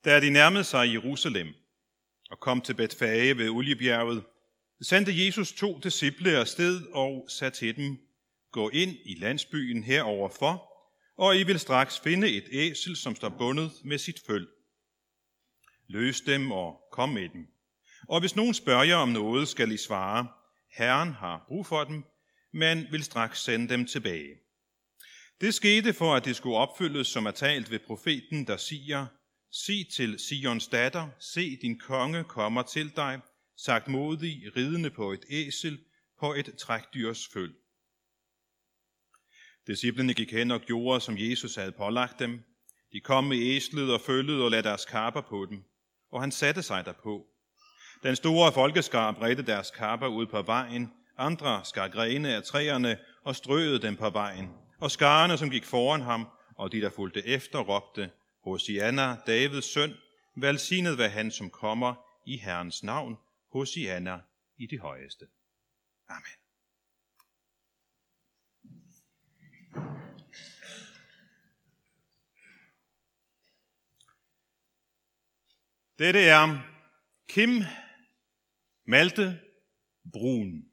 Da de nærmede sig Jerusalem og kom til Betfage ved Oliebjerget, sendte Jesus 2 disciple afsted og sagde til dem: Gå ind i landsbyen heroverfor, og I vil straks finde et æsel, som står bundet med sit føl. Løs dem og kom med dem. Og hvis nogen spørger jer om noget, skal I svare: Herren har brug for dem, men vil straks sende dem tilbage. Det skete for, at det skulle opfyldes, som er talt ved profeten, der siger: Sig til Sions datter, se din konge kommer til dig, sagt modig, ridende på et æsel, på et trækdyrs føl. Disciplene gik hen og gjorde, som Jesus havde pålagt dem. De kom med æslet og følget og lagde deres kapper på dem, og han satte sig derpå. Den store folkeskar bredte deres kapper ud på vejen, andre skar grene af træerne og strøede dem på vejen, og skarerne, som gik foran ham, og de, der fulgte efter, råbte: Hosianna, Davids søn, velsignet være han, som kommer i Herrens navn, Hosianna i det højeste. Amen. Dette er Kim Malte Bruun.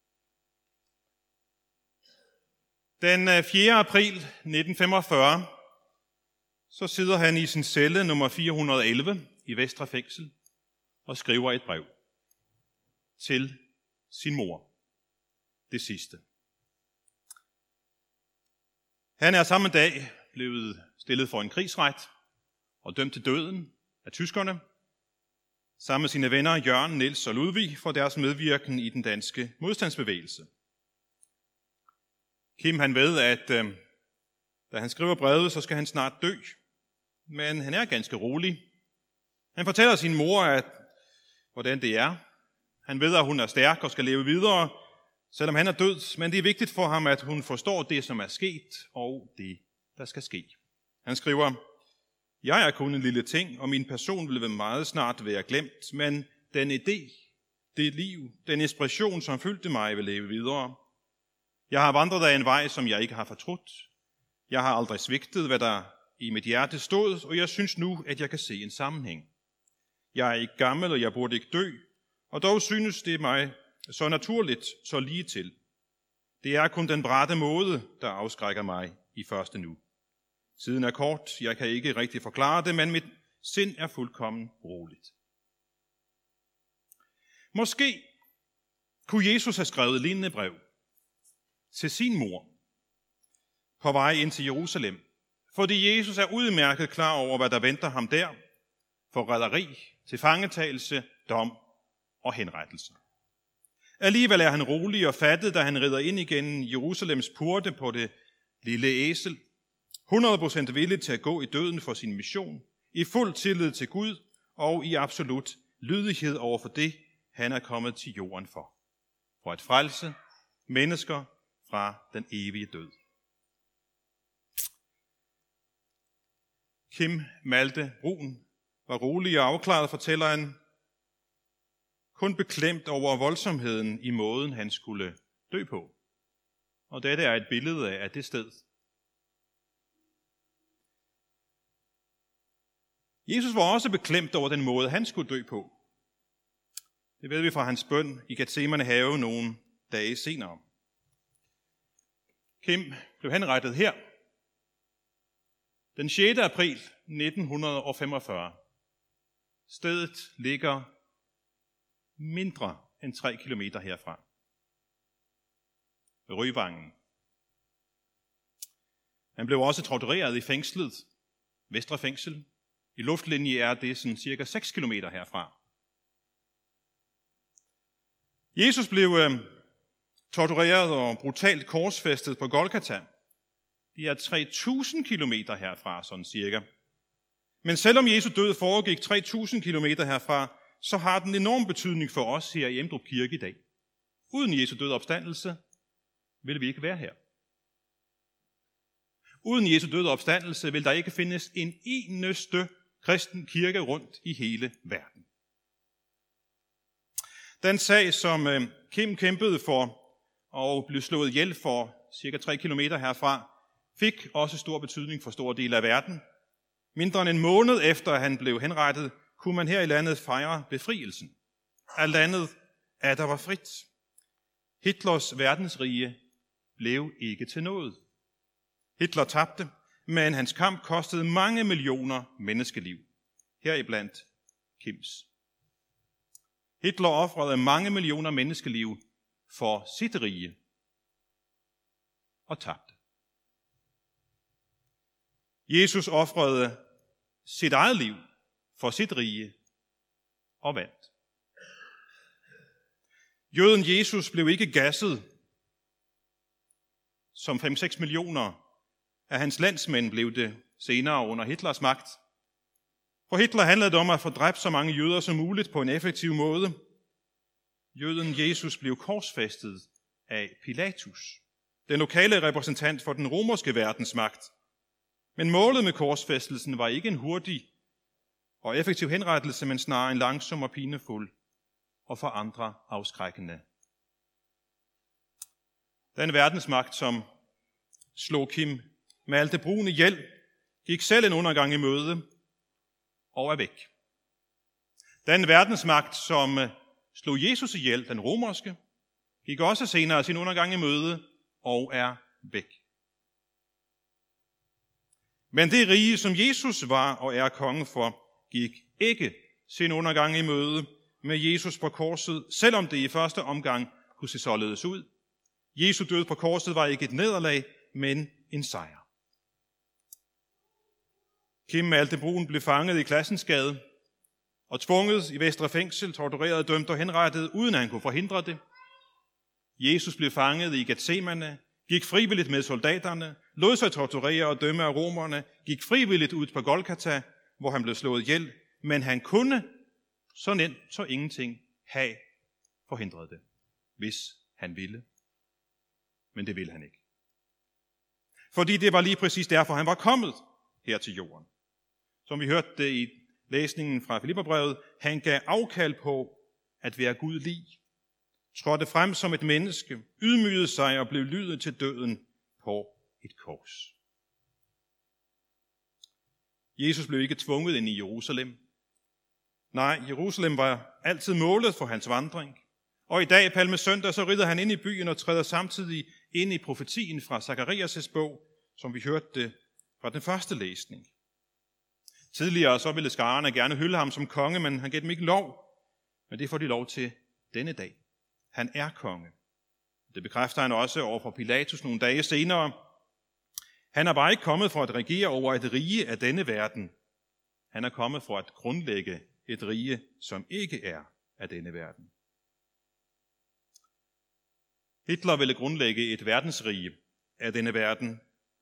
Den 4. april 1945, så sidder han i sin celle nummer 411 i Vestre Fængsel og skriver et brev til sin mor. Det sidste. Han er samme dag blevet stillet for en krigsret og dømt til døden af tyskerne, sammen med sine venner Jørgen, Niels og Ludvig for deres medvirken i den danske modstandsbevægelse. Kim han ved, at da han skriver brevet, så skal han snart dø. Men han er ganske rolig. Han fortæller sin mor, hvordan det er. Han ved, at hun er stærk og skal leve videre, selvom han er død. Men det er vigtigt for ham, at hun forstår det, som er sket, og det, der skal ske. Han skriver: Jeg er kun en lille ting, og min person vil meget snart være glemt, men den idé, det liv, den inspiration, som fyldte mig, vil leve videre. Jeg har vandret af en vej, som jeg ikke har fortrudt. Jeg har aldrig svigtet, hvad der i mit hjerte stod, og jeg synes nu, at jeg kan se en sammenhæng. Jeg er ikke gammel, og jeg burde ikke dø, og dog synes det mig så naturligt, så lige til. Det er kun den bratte måde, der afskrækker mig i første nu. Tiden er kort, jeg kan ikke rigtig forklare det, men mit sind er fuldkommen roligt. Måske kunne Jesus have skrevet et lignende brev til sin mor på vej ind til Jerusalem, fordi Jesus er udmærket klar over, hvad der venter ham der: forræderi, tilfangetagelse, dom og henrettelse. Alligevel er han rolig og fattet, da han rider ind igen Jerusalems porte på det lille æsel, 100% villig til at gå i døden for sin mission, i fuld tillid til Gud og i absolut lydighed over for det, han er kommet til jorden for at frelse mennesker fra den evige død. Kim Malte Bruun var rolig og afklaret, fortæller han, kun beklemt over voldsomheden i måden, han skulle dø på. Og dette er et billede af det sted. Jesus var også beklemt over den måde, han skulle dø på. Det ved vi fra hans bøn i Getsemane have nogle dage senere. Kim blev henrettet her den 6. april 1945. Stedet ligger mindre end 3 kilometer herfra. Ved Ryvangen. Han blev også tortureret i fængslet, Vestre Fængsel. I luftlinje er det sådan cirka 6 kilometer herfra. Jesus blev tortureret og brutalt korsfæstet på Golgata. Det er 3.000 kilometer herfra, sådan cirka. Men selvom Jesu død foregik 3.000 kilometer herfra, så har den enorm betydning for os her i Emdrup Kirke i dag. Uden Jesu død og opstandelse vil vi ikke være her. Uden Jesu død og opstandelse vil der ikke findes en eneste kristen kirke rundt i hele verden. Den sag, som Kim kæmpede for og blev slået ihjel for cirka 3 kilometer herfra, fik også stor betydning for store dele af verden. Mindre end en måned efter, at han blev henrettet, kunne man her i landet fejre befrielsen. At landet atter var frit. Hitlers verdensrige blev ikke til noget. Hitler tabte, men hans kamp kostede mange millioner menneskeliv, heriblandt Kims. Hitler ofrede mange millioner menneskeliv for sit rige og tabte. Jesus ofrede sit eget liv for sit rige og vandt. Jøden Jesus blev ikke gasset, som 5-6 millioner af hans landsmænd blev det senere under Hitlers magt. For Hitler handlede det om at få dræbt så mange jøder som muligt på en effektiv måde. Jøden Jesus blev korsfæstet af Pilatus, den lokale repræsentant for den romerske verdensmagt. Men målet med korsfæstelsen var ikke en hurtig og effektiv henrettelse, men snarere en langsom og pinefuld og for andre afskrækkende. Den verdensmagt, som slog Kim Malthe-Bruun ihjel, gik selv en undergang i møde og er væk. Den verdensmagt, som slog Jesus ihjel, den romerske, gik også senere sin undergang i møde og er væk. Men det rige, som Jesus var og er konge for, gik ikke sin undergang i møde med Jesus på korset, selvom det i første omgang kunne se således ud. Jesu død på korset var ikke et nederlag, men en sejr. Kim Malthe-Bruun blev fanget i Classensgade og tvunget i Vestre Fængsel, tortureret, dømt og henrettet, uden at han kunne forhindre det. Jesus blev fanget i Getsemane, gik frivilligt med soldaterne, lod sig torturere og dømme af romerne, gik frivilligt ud på Golgata, hvor han blev slået ihjel, men han kunne så nemt så ingenting have forhindret det, hvis han ville. Men det ville han ikke. Fordi det var lige præcis derfor, han var kommet her til jorden. Som vi hørte det i læsningen fra Filipperbrevet, han gav afkald på at være Gud lig, trådte frem som et menneske, ydmygede sig og blev lydet til døden på et kors. Jesus blev ikke tvunget ind i Jerusalem. Nej, Jerusalem var altid målet for hans vandring. Og i dag, palmesøndag, så rider han ind i byen og træder samtidig ind i profetien fra Zakarias' bog, som vi hørte det fra den første læsning. Tidligere så ville skarerne gerne hylde ham som konge, men han gav dem ikke lov. Men det får de lov til denne dag. Han er konge. Det bekræfter han også over for Pilatus nogle dage senere. Han er bare ikke kommet for at regere over et rige af denne verden. Han er kommet for at grundlægge et rige, som ikke er af denne verden. Hitler ville grundlægge et verdensrige af denne verden.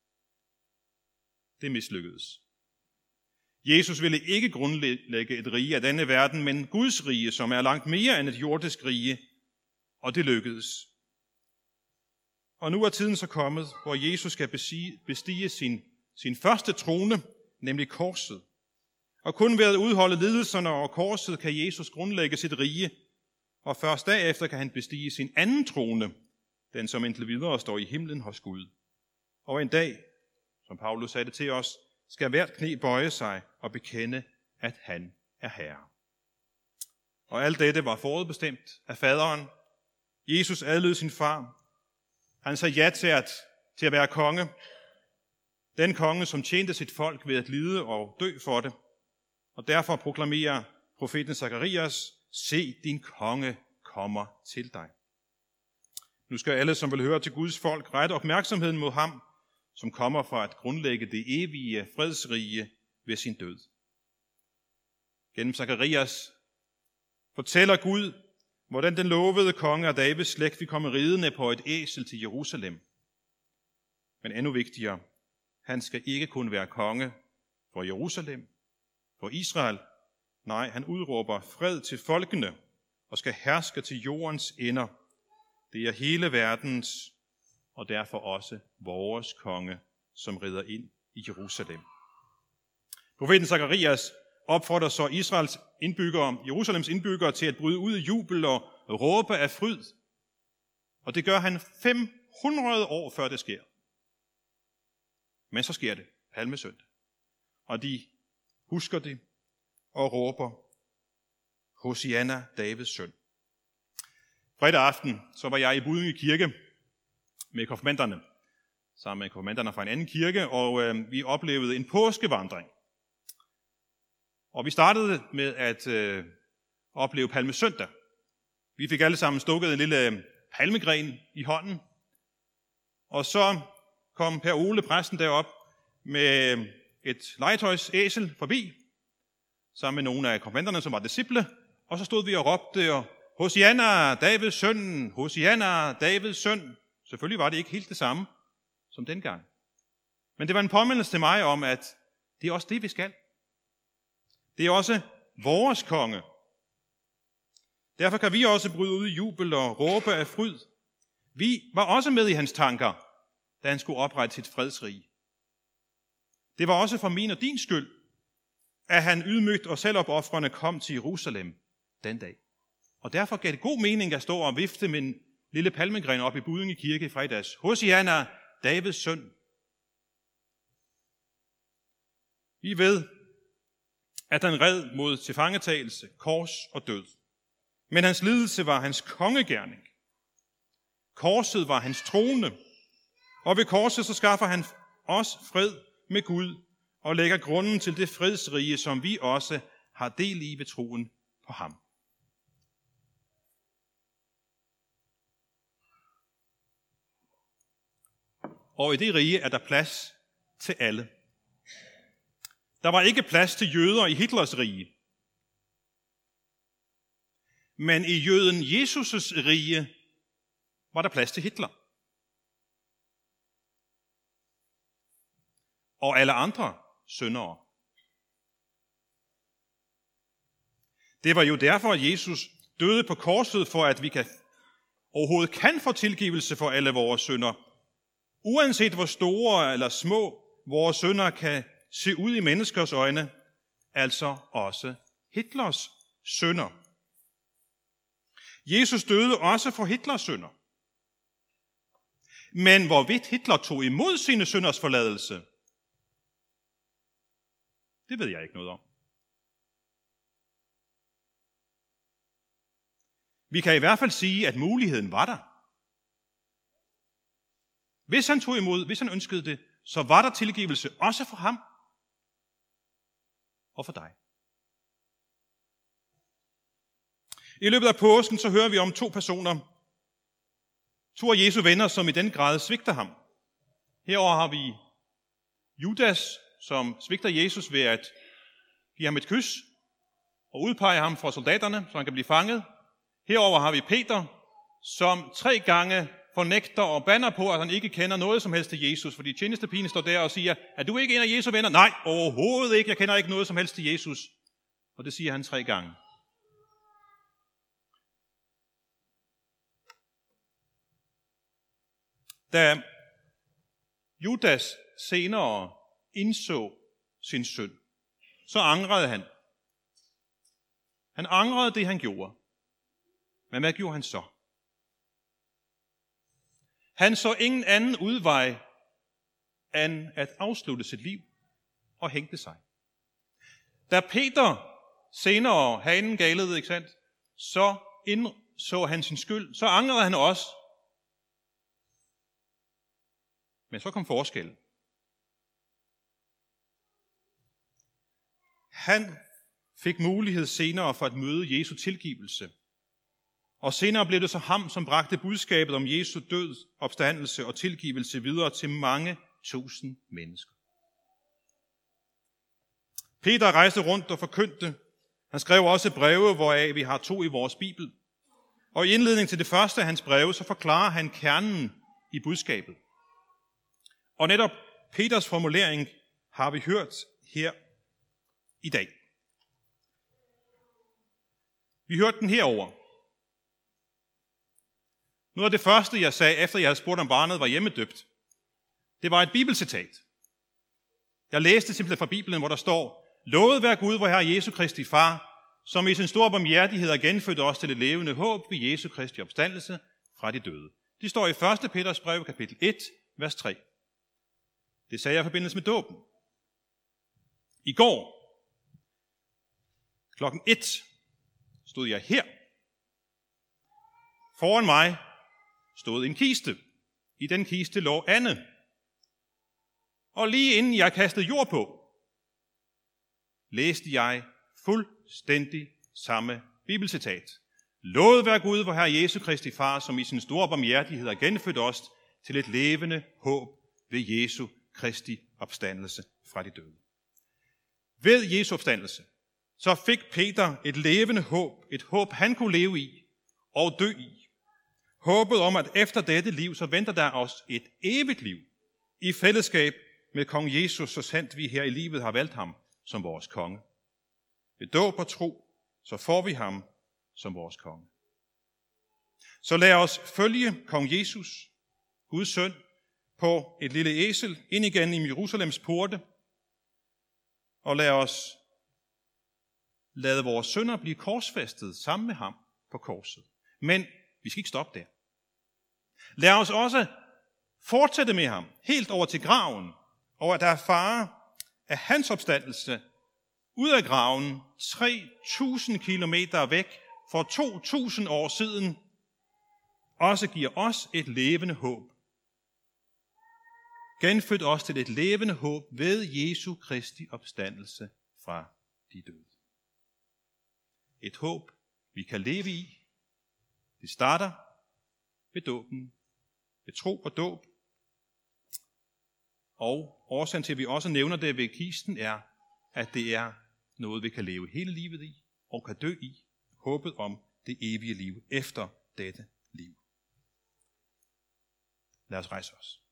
Det mislykkedes. Jesus ville ikke grundlægge et rige af denne verden, men Guds rige, som er langt mere end et jordisk rige, og det lykkedes. Og nu er tiden så kommet, hvor Jesus skal bestige sin første trone, nemlig korset. Og kun ved at udholde lidelserne over korset, kan Jesus grundlægge sit rige, og først derefter kan han bestige sin anden trone, den som indtil videre står i himlen hos Gud. Og en dag, som Paulus sagde det til os, skal hvert knæ bøje sig og bekende, at han er herre. Og alt dette var forudbestemt af faderen. Jesus adlød sin far. Han sagde ja til at være konge. Den konge, som tjente sit folk ved at lide og dø for det. Og derfor proklamerer profeten Zakarias, se din konge kommer til dig. Nu skal alle, som vil høre til Guds folk, rette opmærksomheden mod ham, som kommer for at grundlægge det evige fredsrige ved sin død. Gennem Zakarias fortæller Gud, hvordan den lovede konge af Davids slægt vil komme ridende på et æsel til Jerusalem. Men endnu vigtigere, han skal ikke kun være konge for Jerusalem, for Israel. Nej, han udråber fred til folkene og skal herske til jordens ender. Det er hele verdens og derfor også vores konge, som rider ind i Jerusalem. Profeten Zakarias opfordrer så Israels indbyggere, Jerusalems indbyggere, til at bryde ud i jubel og råbe af fryd. Og det gør han 500 år før det sker. Men så sker det, palmesøndag. Og de husker det og råber, Hosianna, Davids søn. Fredag aften, så var jeg i Buddinge Kirke med konfirmanderne, sammen med konfirmanderne fra en anden kirke, og vi oplevede en påskevandring. Og vi startede med at opleve Palmesøndag. Vi fik alle sammen stukket en lille palmegren i hånden, og så kom Per Ole, præsten, derop med et legetøjsæsel forbi, sammen med nogle af konfirmanderne, som var disciple, og så stod vi og råbte, Hosianna, Davids søn, Hosianna, Davids søn. Selvfølgelig var det ikke helt det samme som dengang. Men det var en påmindelse til mig om, at det er også det, vi skal. Det er også vores konge. Derfor kan vi også bryde ud i jubel og råbe af fryd. Vi var også med i hans tanker, da han skulle oprette sit fredsrige. Det var også for min og din skyld, at han ydmygt og selvopofrende kom til Jerusalem den dag. Og derfor gav det god mening at stå og vifte med en lille palmegren op i Buddinge Kirke i fredags. Hosianna, Davids søn. Vi ved, at han red mod tilfangetagelse, kors og død. Men hans lidelse var hans kongegerning. Korset var hans trone. Og ved korset så skaffer han os fred med Gud og lægger grunden til det fredsrige, som vi også har del i ved troen på ham. Og i det rige er der plads til alle. Der var ikke plads til jøder i Hitlers rige. Men i jøden Jesus' rige var der plads til Hitler. Og alle andre syndere. Det var jo derfor, at Jesus døde på korset, for at vi overhovedet kan få tilgivelse for alle vores synder. Uanset hvor store eller små vores synder kan se ud i menneskers øjne, altså også Hitlers synder. Jesus døde også for Hitlers synder. Men hvorvidt Hitler tog imod sine synders forladelse, det ved jeg ikke noget om. Vi kan i hvert fald sige, at muligheden var der. Hvis han tog imod, hvis han ønskede det, så var der tilgivelse også for ham og for dig. I løbet af påsken så hører vi om to personer, to af Jesu venner, som i den grad svigter ham. Herover har vi Judas, som svigter Jesus ved at give ham et kys og udpege ham for soldaterne, så han kan blive fanget. Herover har vi Peter, som 3 gange fornægter og bander på, at han ikke kender noget som helst til Jesus, fordi tjenestepigen står der og siger, er du ikke en af Jesu venner? Nej, overhovedet ikke. Jeg kender ikke noget som helst til Jesus. Og det siger han 3 gange. Da Judas senere indså sin synd, så angrede han. Han angrede det, han gjorde. Men hvad gjorde han så? Han så ingen anden udvej end at afslutte sit liv og hængte sig. Da Peter senere hanen galede, ikke sandt, så indså han sin skyld, så angrede han også. Men så kom forskellen. Han fik mulighed senere for at møde Jesu tilgivelse. Og senere blev det så ham, som bragte budskabet om Jesu død, opstandelse og tilgivelse videre til mange tusind mennesker. Peter rejste rundt og forkyndte. Han skrev også breve, hvoraf vi har 2 i vores bibel. Og i indledning til det første af hans breve, så forklarer han kernen i budskabet. Og netop Peters formulering har vi hørt her i dag. Vi hørte den herover. Noget af det første, jeg sagde, efter jeg havde spurgt om barnet var hjemmedøbt, det var et bibelcitat. Jeg læste simpelthen fra Bibelen, hvor der står, lovet være Gud, vor Herre Jesu Kristi Far, som i sin store barmhjertighed har genfødt os til et levende håb ved Jesu Kristi opstandelse fra de døde. Det står i 1. Peters brev, kapitel 1, vers 3. Det sagde jeg i forbindelse med dåben. I går, Klokken 1 stod jeg her. Foran mig stod en kiste. I den kiste lå Anne. Og lige inden jeg kastede jord på, læste jeg fuldstændig samme bibelcitat. Lovet være Gud, vor Herre Jesu Kristi Far, som i sin store barmhjertighed har genfødt os til et levende håb ved Jesu Kristi opstandelse fra de døde. Ved Jesu opstandelse, så fik Peter et levende håb, et håb han kunne leve i og dø i. Håbet om, at efter dette liv, så venter der os et evigt liv i fællesskab med kong Jesus, så sandt vi her i livet har valgt ham som vores konge. Ved dåb og tro, så får vi ham som vores konge. Så lad os følge kong Jesus, Guds søn, på et lille æsel ind igen i Jerusalems porte, og lade vores synder blive korsfæstet sammen med ham på korset. Men vi skal ikke stoppe der. Lad os også fortsætte med ham helt over til graven, og at erfare, at hans opstandelse ud af graven 3.000 kilometer væk for 2.000 år siden også giver os et levende håb. Genfødt os til et levende håb ved Jesu Kristi opstandelse fra de døde. Et håb, vi kan leve i. Det starter ved dåben, ved tro og dåb. Og årsagen til, at vi også nævner det ved kisten, er, at det er noget, vi kan leve hele livet i og kan dø i. Håbet om det evige liv efter dette liv. Lad os rejse os.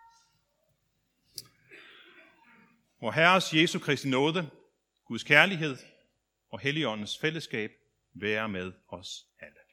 Vor Herres Jesu Kristi nåde, Guds kærlighed og Helligåndens fællesskab være med os alle.